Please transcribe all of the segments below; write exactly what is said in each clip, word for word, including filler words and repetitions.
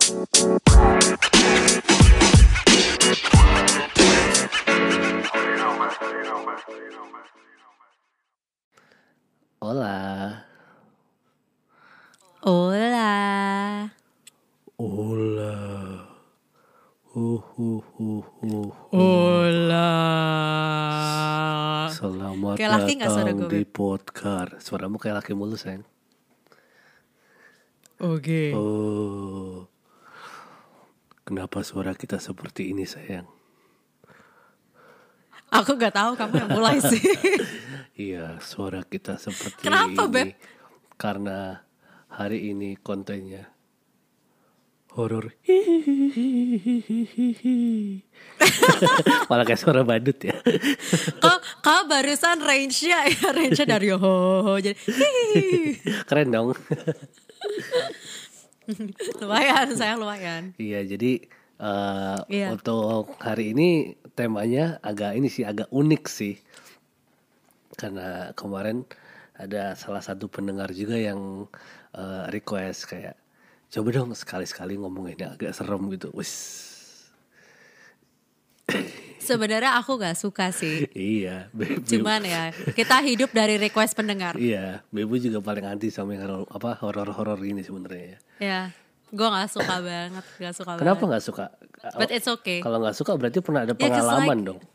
Hola. Hola. Hola. Uh, uh, uh, uh. Hola. Selamat Kayak laki nggak suara datang gue, di Beb? podcast. Suaramu kayak laki mulu, sayang. Oke. Oh. Kenapa suara kita seperti ini, sayang? Aku nggak tahu, kamu yang mulai sih. Iya, suara kita seperti Kenapa, ini. Beb? Karena hari ini kontennya horor. Malah kayak suara badut ya. Kau, kau barusan range-nya ya, range-nya dari ho, ho jadi hihihi. Keren dong. Lumayan, sayang lumayan. Iya, jadi uh, Iya. untuk hari ini temanya agak ini sih, agak unik sih. Karena kemarin ada salah satu pendengar juga yang uh, request kayak, coba dong sekali-sekali ngomongin yang agak serem gitu. Wis. Sebenarnya aku nggak suka sih. Iya, Bebu. Cuman ya kita hidup dari request pendengar. Iya, Bebu juga paling anti sama yang horor, apa horor-horor ini sebenarnya ya. Ya, gue nggak suka banget, nggak suka Kenapa banget. nggak suka? But it's okay. Kalau nggak suka berarti pernah ada Ya, 'cause pengalaman like- dong.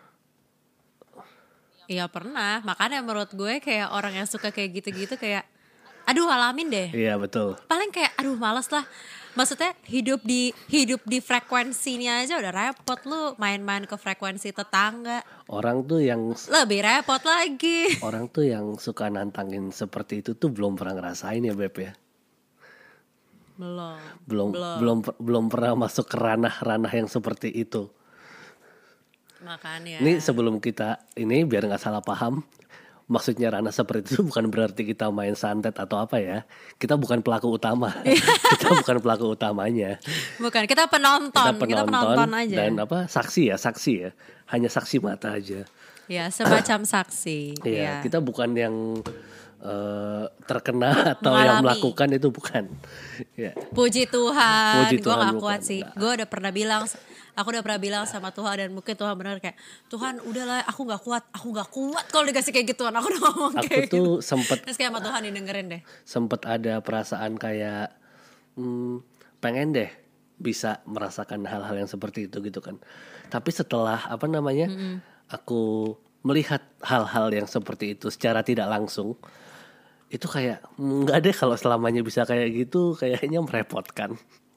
Iya pernah, makanya menurut gue kayak orang yang suka kayak gitu-gitu kayak, aduh alamin deh. Iya betul. Paling kayak, aduh males lah. Maksudnya hidup di hidup di frekuensinya aja udah repot, lu main-main ke frekuensi tetangga Orang tuh yang lebih repot lagi. orang tuh yang suka nantangin seperti itu tuh belum pernah ngerasain ya Beb ya. Belum. Belum Belum. belum belum pernah masuk ke ranah-ranah yang seperti itu. Makanya. Ini sebelum kita ini biar nggak salah paham, maksudnya ranah seperti itu bukan berarti kita main santet atau apa ya. Kita bukan pelaku utama. Kita bukan pelaku utamanya. Bukan, kita penonton, Kita penonton, kita penonton aja. dan apa saksi ya, saksi ya. Hanya saksi mata aja. Ya, semacam saksi. Iya, ya. kita bukan yang eh, terkena atau yang Mengalami. melakukan itu bukan. Ya. Puji Tuhan, Puji gue Tuhan, gak bukan, kuat sih. enggak. Gue udah pernah bilang, aku udah pernah bilang sama Tuhan dan mungkin Tuhan benar kayak, Tuhan udahlah, aku gak kuat, aku gak kuat kalau dikasih kayak gituan. Aku udah ngomong Aku kayak tuh gitu. sempet Terus kayak sama Tuhan didengerin deh. sempet ada perasaan kayak hmm, pengen deh bisa merasakan hal-hal yang seperti itu gitu kan. Tapi setelah apa namanya, aku melihat hal-hal yang seperti itu secara tidak langsung, itu kayak nggak deh kalau selamanya bisa kayak gitu, kayaknya merepotkan.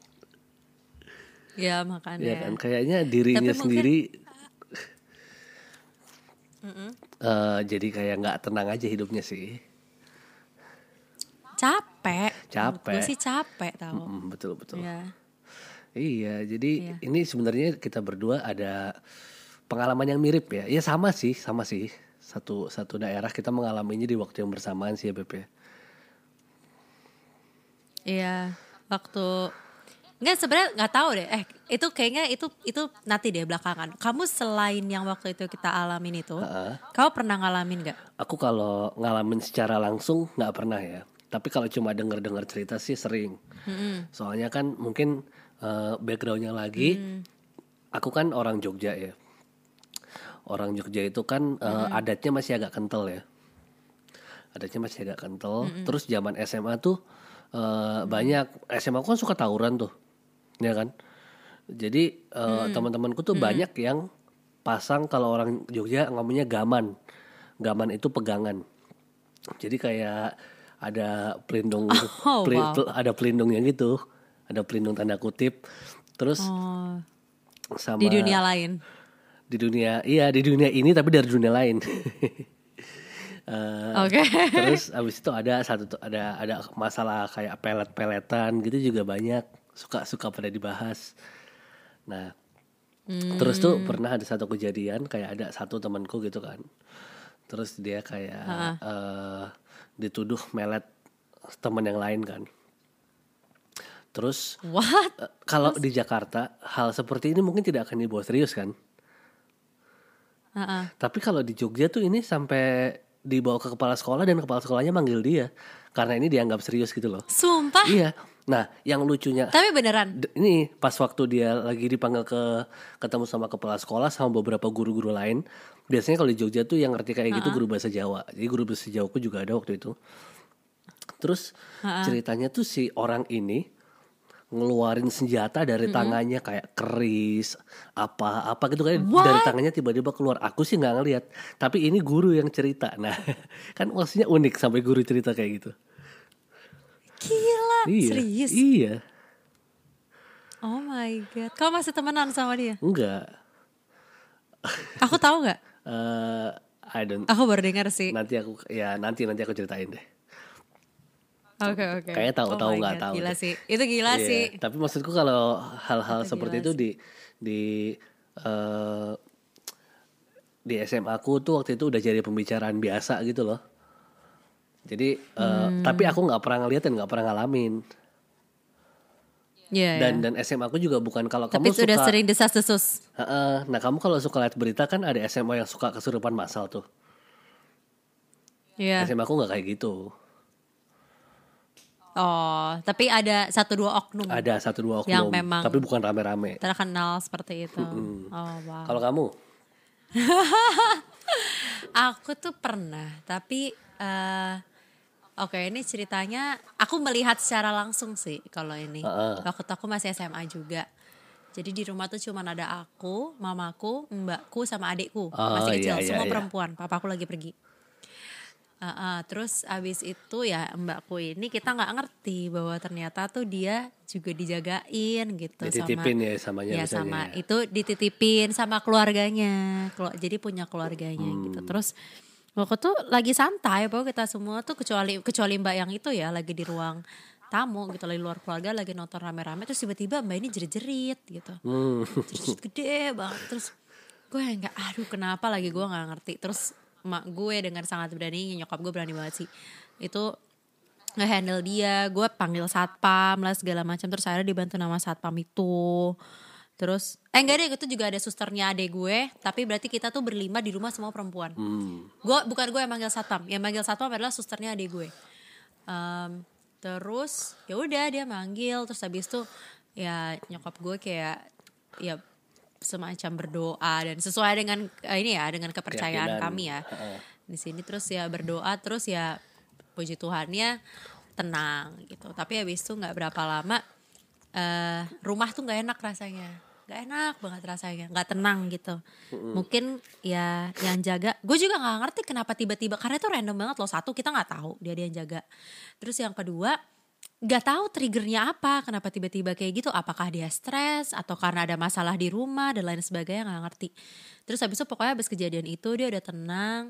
Ya makanya. Ya kan, kayaknya dirinya Tapi mungkin- sendiri eh, jadi kayak nggak tenang aja hidupnya sih. Capek. Capek. Gue sih capek tau. Mm, betul betul. Ya. Iya, jadi Iya. ini sebenarnya kita berdua ada pengalaman yang mirip ya. Ya sama sih, sama sih. Satu satu daerah kita mengalaminya di waktu yang bersamaan sih ya Beb ya. Iya. Waktu Enggak, sebenarnya nggak tahu deh. Eh, itu kayaknya itu itu nanti deh belakangan. Kamu selain yang waktu itu kita alamin itu, Heeh. kamu pernah ngalamin nggak? Aku kalau ngalamin secara langsung nggak pernah ya. Tapi kalau cuma denger-dengar cerita sih sering. Soalnya kan mungkin eh, backgroundnya lagi, aku kan orang Jogja ya. Orang Jogja itu kan eh, adatnya masih agak kental ya. Adatnya masih agak kental. Terus zaman S M A tuh eh, banyak S M A aku kan suka tawuran tuh, ya kan. Jadi eh, teman-temanku tuh banyak yang pasang, kalau orang Jogja ngomongnya gaman. Gaman itu pegangan. Jadi kayak ada pelindung, Oh, peli- wow. pel- ada pelindungnya gitu, ada pelindung tanda kutip. Terus Oh, sama di dunia lain. di dunia, iya di dunia ini tapi dari dunia lain. Eh, Oke. Terus abis itu ada satu tuh ada ada masalah kayak pelet-peletan gitu juga banyak, suka suka pada dibahas. Nah, terus tuh pernah ada satu kejadian kayak ada satu temanku gitu kan. Terus dia kayak eh, dituduh melet teman yang lain kan. Terus What? eh, kalau di Jakarta hal seperti ini mungkin tidak akan dibawa serius kan. Heeh. Tapi kalau di Jogja tuh ini sampai dibawa ke kepala sekolah dan kepala sekolahnya manggil dia karena ini dianggap serius gitu loh. Sumpah? Iya, Nah, yang lucunya Tapi beneran. d- ini pas waktu dia lagi dipanggil ke ketemu sama kepala sekolah sama beberapa guru-guru lain. Biasanya kalau di Jogja tuh yang ngerti kayak gitu Uh-uh. guru bahasa Jawa. Jadi guru bahasa Jawaku juga ada waktu itu. Terus Uh-uh. ceritanya tuh si orang ini ngeluarin senjata dari tangannya kayak keris apa-apa gitu kayak dari What? tangannya tiba-tiba keluar. Aku sih nggak ngeliat, tapi ini guru yang cerita. Nah, kan maksudnya unik sampai guru cerita kayak gitu. Gila, Iya, serius. iya, Oh my god. Kau masih temenan sama dia? enggak. Aku tahu nggak? Eh, I don't. Aku baru dengar sih. Nanti aku ya nanti nanti aku ceritain deh. Oke oke. Kayaknya tahu-tahu Oh my nggak God, tahu Gila deh. sih. Itu gila Iya, sih. tapi maksudku kalau hal-hal Itu seperti gila itu di di eh, di S M A aku tuh waktu itu udah jadi pembicaraan biasa gitu loh. Jadi eh, tapi aku nggak pernah ngeliat dan nggak pernah ngalamin. Iya. Dan iya. dan S M A aku juga bukan kalau Tapi kamu sudah suka. sering desas-desus. Heeh, nah kamu kalau suka lihat berita kan ada S M A yang suka kesurupan massal tuh. Iya. S M A aku nggak kayak gitu. Oh, tapi ada satu dua oknum Ada satu dua oknum, Yang memang tapi bukan rame-rame. terkenal seperti itu. Oh wow. Kalau kamu? Aku tuh pernah, tapi eh oke ini ceritanya aku melihat secara langsung sih kalau ini. Heeh. Waktu itu aku masih S M A juga. Jadi di rumah tuh cuma ada aku, mamaku, mbakku sama adikku. Oh, Masih kecil, iya, iya, semua iya. perempuan. Papaku lagi pergi. Uh, uh, terus abis itu ya mbakku ini kita nggak ngerti bahwa ternyata tuh dia juga dijagain gitu Dititipin sama ya samanya ya misalnya sama ya. itu dititipin sama keluarganya. Kelu- jadi punya keluarganya Hmm. gitu. Terus waktu tuh lagi santai bahwa kita semua tuh kecuali kecuali mbak yang itu ya lagi di ruang tamu gitu lagi luar keluarga lagi nonton rame-rame terus tiba-tiba mbak ini jerit-jerit gitu Hmm. jerit gede banget terus gue yang kayak aduh kenapa lagi gue nggak ngerti terus mak gue dengan sangat berani nyokap gue berani banget sih itu nge-handle dia gue panggil satpam lah segala macam terus akhirnya dibantu nama satpam itu terus eh enggak deh itu juga ada susternya adek gue tapi berarti kita tuh berlima di rumah semua perempuan Hmm. gue bukan gue yang manggil satpam yang manggil satpam adalah susternya adek gue. Em, terus ya udah dia manggil terus habis itu ya nyokap gue kayak ya semacam berdoa dan sesuai dengan eh, ini ya dengan kepercayaan Keyakinan. kami ya Heeh. di sini terus ya berdoa terus ya puji Tuhannya tenang gitu tapi habis itu nggak berapa lama eh, rumah tuh nggak enak rasanya nggak enak banget rasanya nggak tenang gitu mungkin ya yang jaga gue juga nggak ngerti kenapa tiba-tiba karena itu random banget loh satu kita nggak tahu dia dia yang jaga terus yang kedua nggak tahu triggernya apa kenapa tiba-tiba kayak gitu apakah dia stres atau karena ada masalah di rumah dan lain sebagainya nggak ngerti terus habis itu pokoknya habis kejadian itu dia udah tenang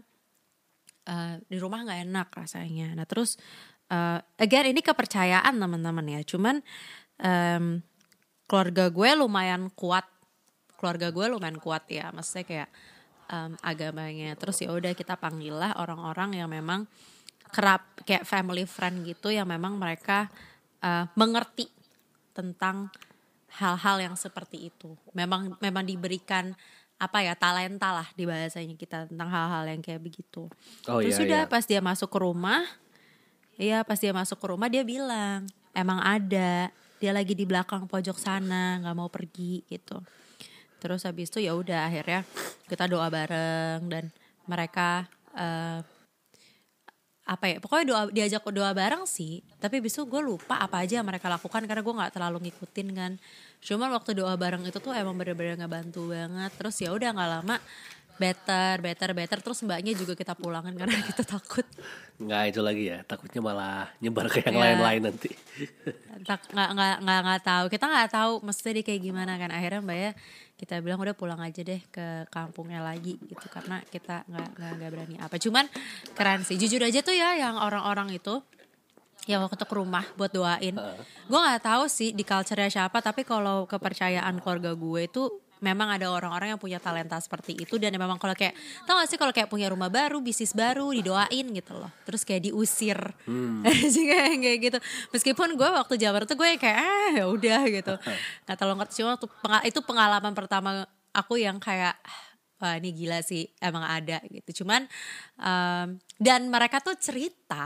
eh, di rumah nggak enak rasanya nah terus eh, again ini kepercayaan teman-teman ya cuman em, keluarga gue lumayan kuat keluarga gue lumayan kuat ya maksudnya kayak em, agamanya terus ya udah kita panggil lah orang-orang yang memang kerap kayak family friend gitu yang memang mereka uh, mengerti tentang hal-hal yang seperti itu. Memang memang diberikan apa ya talenta lah di bahasanya kita tentang hal-hal yang kayak begitu. Oh, Terus iya, udah iya. pas dia masuk ke rumah, iya pas dia masuk ke rumah dia bilang emang ada dia lagi di belakang pojok sana nggak mau pergi gitu. Terus habis itu ya udah akhirnya kita doa bareng dan mereka uh, apa ya pokoknya doa diajak doa bareng sih tapi habis itu gue lupa apa aja yang mereka lakukan karena gue nggak terlalu ngikutin kan cuman waktu doa bareng itu tuh emang bener-bener ngebantu banget terus ya udah nggak lama better better better terus mbaknya juga kita pulangin karena kita takut Nggak itu lagi ya, takutnya malah nyebar ke yang Ya. lain-lain nanti. tak nggak nggak nggak nggak tahu kita nggak tahu maksudnya dia kayak gimana kan akhirnya mbaknya kita bilang udah pulang aja deh ke kampungnya lagi gitu karena kita nggak nggak nggak berani apa cuman keren sih jujur aja tuh ya yang orang-orang itu yang waktu ke rumah buat doain gue nggak tahu sih di culture-nya siapa tapi kalau kepercayaan keluarga gue itu memang ada orang-orang yang punya talenta seperti itu dan memang kalau kayak tau gak sih kalau kayak punya rumah baru bisnis baru didoain gitu loh terus kayak diusir Hmm. kayak kayak gitu meskipun gue waktu Jabar tuh gue kayak ah ya udah gitu nggak terlalu ngerti cuma waktu pengal- itu pengalaman pertama aku yang kayak wah ini gila sih emang ada gitu cuman um, dan mereka tuh cerita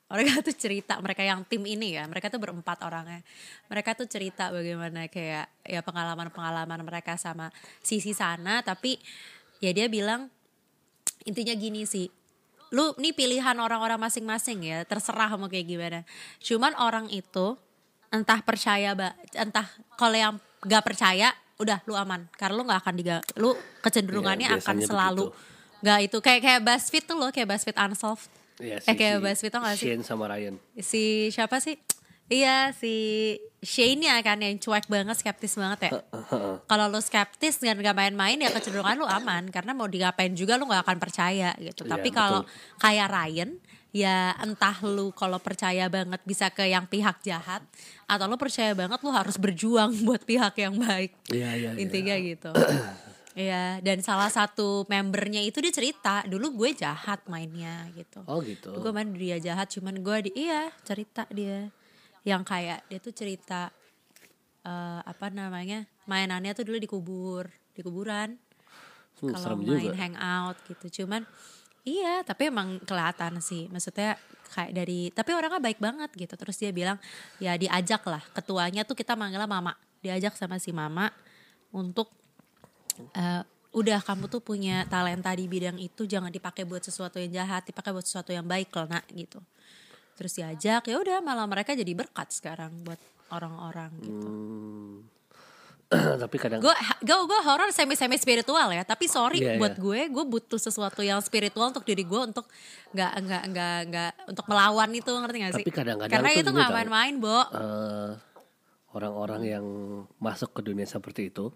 Mereka tuh cerita, mereka yang tim ini ya, mereka tuh berempat orangnya. Mereka tuh cerita bagaimana kayak ya pengalaman-pengalaman mereka sama sisi sana. Tapi ya dia bilang intinya gini sih, lu nih pilihan orang-orang masing-masing ya, terserah mau kayak gimana. Cuman orang itu entah percaya, entah kalau yang gak percaya, udah lu aman. Karena lu gak akan diga, lu kecenderungannya ya, akan selalu begitu. Gak itu, kayak kayak BuzzFeed tuh loh, kayak BuzzFeed Unsolved. Ya, si, eh kayak si BuzzFeed tau gak sih? Shane sama Ryan. Si siapa sih? Iya si Shane ya kan yang cuek banget, skeptis banget ya. Kalau lu skeptis dan gak main-main ya kecenderungan lu aman. Karena mau digapain juga lu gak akan percaya gitu. Ya, tapi kalau kayak Ryan, ya entah lu kalau percaya banget bisa ke yang pihak jahat, atau lu percaya banget lu harus berjuang buat pihak yang baik. Iya, iya, intinya ya. gitu. Iya, dan salah satu membernya itu dia cerita, dulu gue jahat mainnya gitu. Oh gitu. Gue main dia jahat, cuman gue di, iya cerita dia. Yang kayak dia tuh cerita uh, apa namanya, mainannya tuh dulu dikubur, di kuburan. Hmm, kalau main juga. Hangout gitu, cuman iya, tapi emang kelihatan sih, maksudnya kayak dari, tapi orangnya baik banget gitu. Terus dia bilang, ya diajak lah, ketuanya tuh kita manggilnya mama, diajak sama si mama untuk Uh, udah kamu tuh punya talenta di bidang itu, jangan dipakai buat sesuatu yang jahat, dipakai buat sesuatu yang baik loh nak gitu. Terus diajak, ya udah malah mereka jadi berkat sekarang buat orang-orang gitu. Hmm. Tapi kadang gue gue gue horor semi semi spiritual ya, tapi sorry yeah, buat yeah. gue gue butuh sesuatu yang spiritual untuk diri gue, untuk nggak nggak nggak nggak untuk melawan itu, ngerti nggak sih? Tapi kadang-kadang karena itu nggak main-main, Bo. Uh, orang-orang yang masuk ke dunia seperti itu,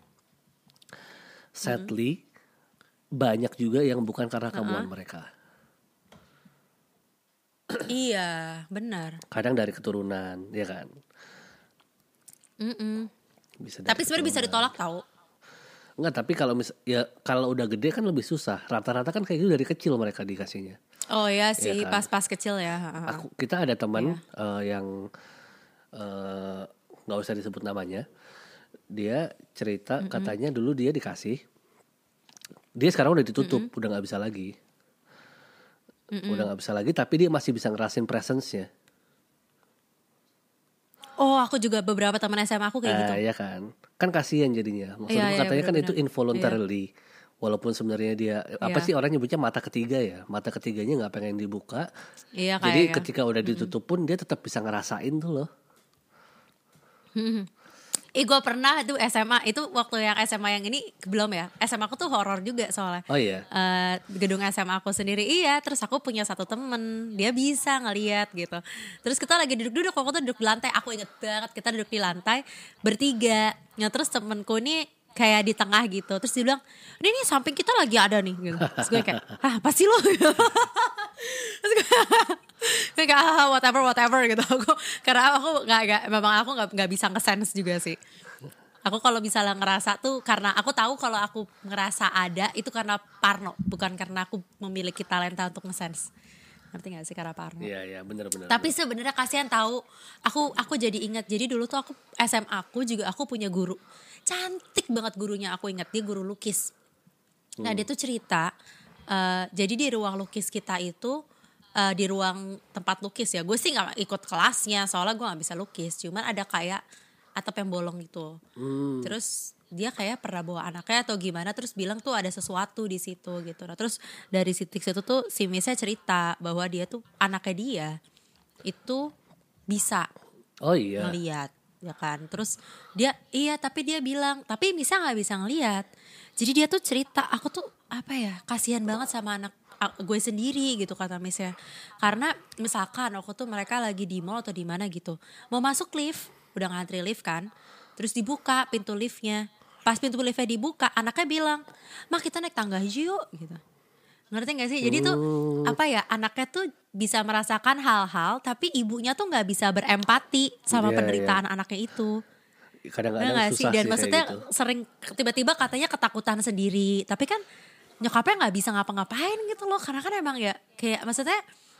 sadly mm-hmm. banyak juga yang bukan karena kemauan uh-huh. mereka. Iya, benar. Kadang dari keturunan, ya kan. Mm-mm. Bisa. Tapi sebenarnya bisa ditolak tau. Enggak, tapi kalau mis- ya kalau udah gede kan lebih susah. Rata-rata kan kayak gitu dari kecil mereka dikasihnya. Oh iya sih, ya kan? pas-pas kecil ya. Aku, kita ada teman yeah. uh, yang nggak uh, usah disebut namanya. Dia cerita mm-mm. katanya dulu dia dikasih, dia sekarang udah ditutup, mm-mm. udah nggak bisa lagi, mm-mm. udah nggak bisa lagi, tapi dia masih bisa ngerasain presence-nya. Oh, aku juga beberapa teman S M A aku kayak nah, gitu. Iya kan, kan kasihan jadinya. Maksudku iya, katanya iya, kan bener-bener. itu involuntarily, iya. walaupun sebenarnya dia apa iya. sih orang nyebutnya mata ketiga ya, mata ketiganya nggak pengen dibuka. Iya, jadi kayak ketika udah ditutup pun dia tetap bisa ngerasain tuh loh. Ih, gue pernah tuh S M A, itu waktu yang S M A yang ini belum ya, S M A aku tuh horor juga soalnya. Oh iya. Uh, gedung S M A aku sendiri, iya. Terus aku punya satu temen, dia bisa ngelihat gitu. Terus kita lagi duduk-duduk, aku tuh duduk di lantai, aku inget banget kita duduk di lantai bertiga. Nah terus temenku ini kayak di tengah gitu, terus dia bilang, ini nih samping kita lagi ada nih gitu. Terus gue kayak, ah apa sih lo? Terus gue kayak ah, whatever whatever gitu. Aku karena aku nggak nggak memang aku nggak nggak bisa nge-sense juga sih. Aku kalau misalnya ngerasa tuh karena aku tahu kalau aku ngerasa ada itu karena parno, bukan karena aku memiliki talenta untuk nge-sense. Ngerti gak sih, karena parno. Iya iya benar-benar. Tapi sebenarnya kasihan tahu. Aku aku jadi ingat. Jadi dulu tuh aku S M A aku juga aku punya guru. Cantik banget gurunya, aku ingat dia guru lukis. Nah, hmm. dia tuh cerita uh, jadi di ruang lukis kita itu uh, di ruang tempat lukis ya. Gue sih enggak ikut kelasnya soalnya gue enggak bisa lukis. Cuman ada kayak atap yang bolong gitu. Hmm. Terus dia kayak pernah bawa anaknya atau gimana, terus bilang tuh ada sesuatu di situ gitu. Nah, terus dari situ situ tuh si Misnya cerita bahwa dia tuh anaknya dia itu bisa oh iya ngelihat, ya kan. Terus dia iya tapi dia bilang tapi Misnya nggak bisa ngelihat. Jadi dia tuh cerita, aku tuh apa ya, kasihan banget sama anak gue sendiri gitu kata Misnya. Karena misalkan aku tuh mereka lagi di mall atau di mana gitu, mau masuk lift, udah ngantri lift kan, terus dibuka pintu liftnya. Pas pintu liftnya dibuka, anaknya bilang, "Ma, kita naik tangga aja yuk," gitu. Ngerti gak sih? Jadi tuh apa ya, anaknya tuh bisa merasakan hal-hal, tapi ibunya tuh gak bisa berempati sama yeah, penderitaan yeah. anaknya itu. Kadang-kadang nah, susah sih. Dan maksudnya gitu. Sering tiba-tiba katanya ketakutan sendiri, tapi kan nyokapnya gak bisa ngapa-ngapain gitu loh. Karena kan emang ya kayak maksudnya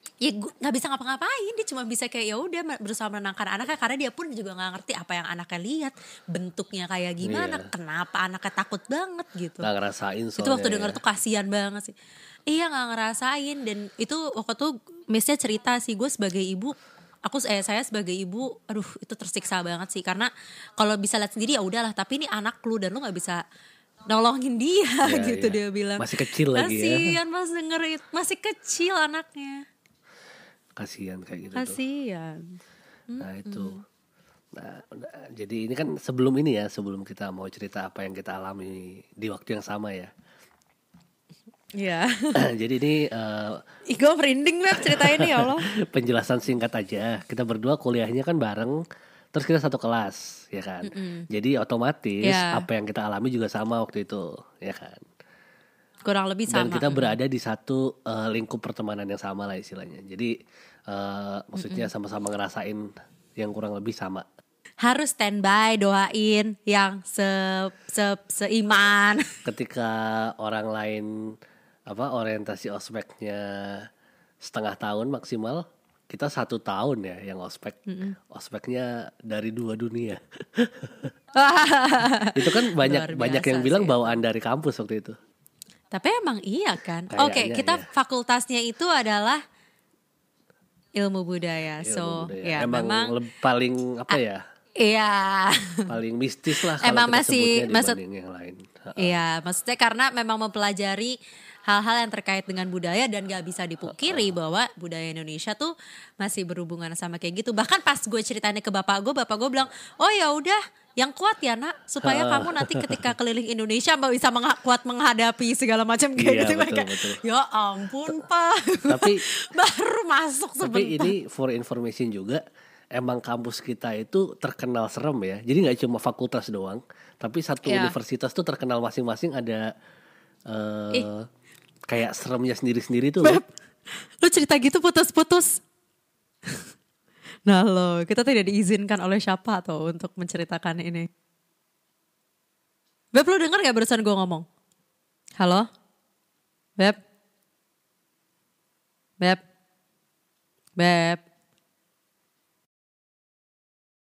ya gue nggak bisa ngapa-ngapain, dia cuma bisa kayak ya udah berusaha menenangkan anaknya karena dia pun juga nggak ngerti apa yang anaknya lihat, bentuknya kayak gimana, Iya. kenapa anaknya takut banget gitu. Nggak ngerasain soalnya. Itu waktu denger ya. tuh kasihan banget sih. Iya nggak ngerasain, dan itu waktu tuh Miss-nya cerita sih, gue sebagai ibu, aku eh, saya sebagai ibu, aduh itu tersiksa banget sih karena kalau bisa lihat sendiri ya udahlah, tapi ini anak lu dan lu nggak bisa nolongin dia Iya, gitu iya. dia bilang. Masih kecil lagi ya. Kasihan pas denger itu, masih kecil anaknya. Kasihan kayak gitu tuh. Kasihan. Nah itu. Nah, udah. Jadi ini kan sebelum ini ya, sebelum kita mau cerita apa yang kita alami di waktu yang sama ya. Iya. Jadi ini uh, Ih gue merinding banget cerita ini ya Allah. penjelasan singkat aja. Kita berdua kuliahnya kan bareng, terus kita satu kelas, ya kan. Mm-mm. Jadi otomatis Ya. apa yang kita alami juga sama waktu itu, ya kan. Kurang lebih sama. Dan kita berada di satu uh, lingkup pertemanan yang sama lah istilahnya. Jadi uh, maksudnya sama-sama ngerasain yang kurang lebih sama. Harus standby doain yang se se seiman. Ketika orang lain apa orientasi ospeknya setengah tahun maksimal, kita satu tahun ya yang ospek. Ospeknya dari dua dunia. Itu kan banyak Luar banyak biasa yang bilang sih. bawaan dari kampus waktu itu. Tapi emang iya kan. Kayaknya Oke, kita iya. fakultasnya itu adalah ilmu budaya. Ilmu So, budaya. ya emang, memang leb- paling apa ya? iya. Paling mistis lah kalau Emang kita masih- sebutnya maksud- dibanding yang lain. Iya, maksudnya karena memang mempelajari hal-hal yang terkait dengan budaya dan gak bisa dipungkiri bahwa budaya Indonesia tuh masih berhubungan sama kayak gitu. Bahkan pas gue ceritanya ke bapak gue, bapak gue bilang, oh ya udah, yang kuat ya nak, supaya kamu nanti ketika keliling Indonesia mbak bisa mengha- kuat menghadapi segala macam kayak Iya, gitu. betul, Kayak, betul. ya ampun pak, Tapi baru masuk tapi sebentar. ini for information juga, emang kampus kita itu terkenal serem ya. Jadi nggak cuma fakultas doang, tapi satu Iya. universitas tuh terkenal masing-masing ada eh Ih. kayak seremnya sendiri-sendiri tuh. Beb, lu cerita gitu putus-putus. Nah lo, kita tidak diizinkan oleh siapa tuh untuk menceritakan ini. Beb, lu denger gak barusan gue ngomong? Halo? Beb? Beb? Beb?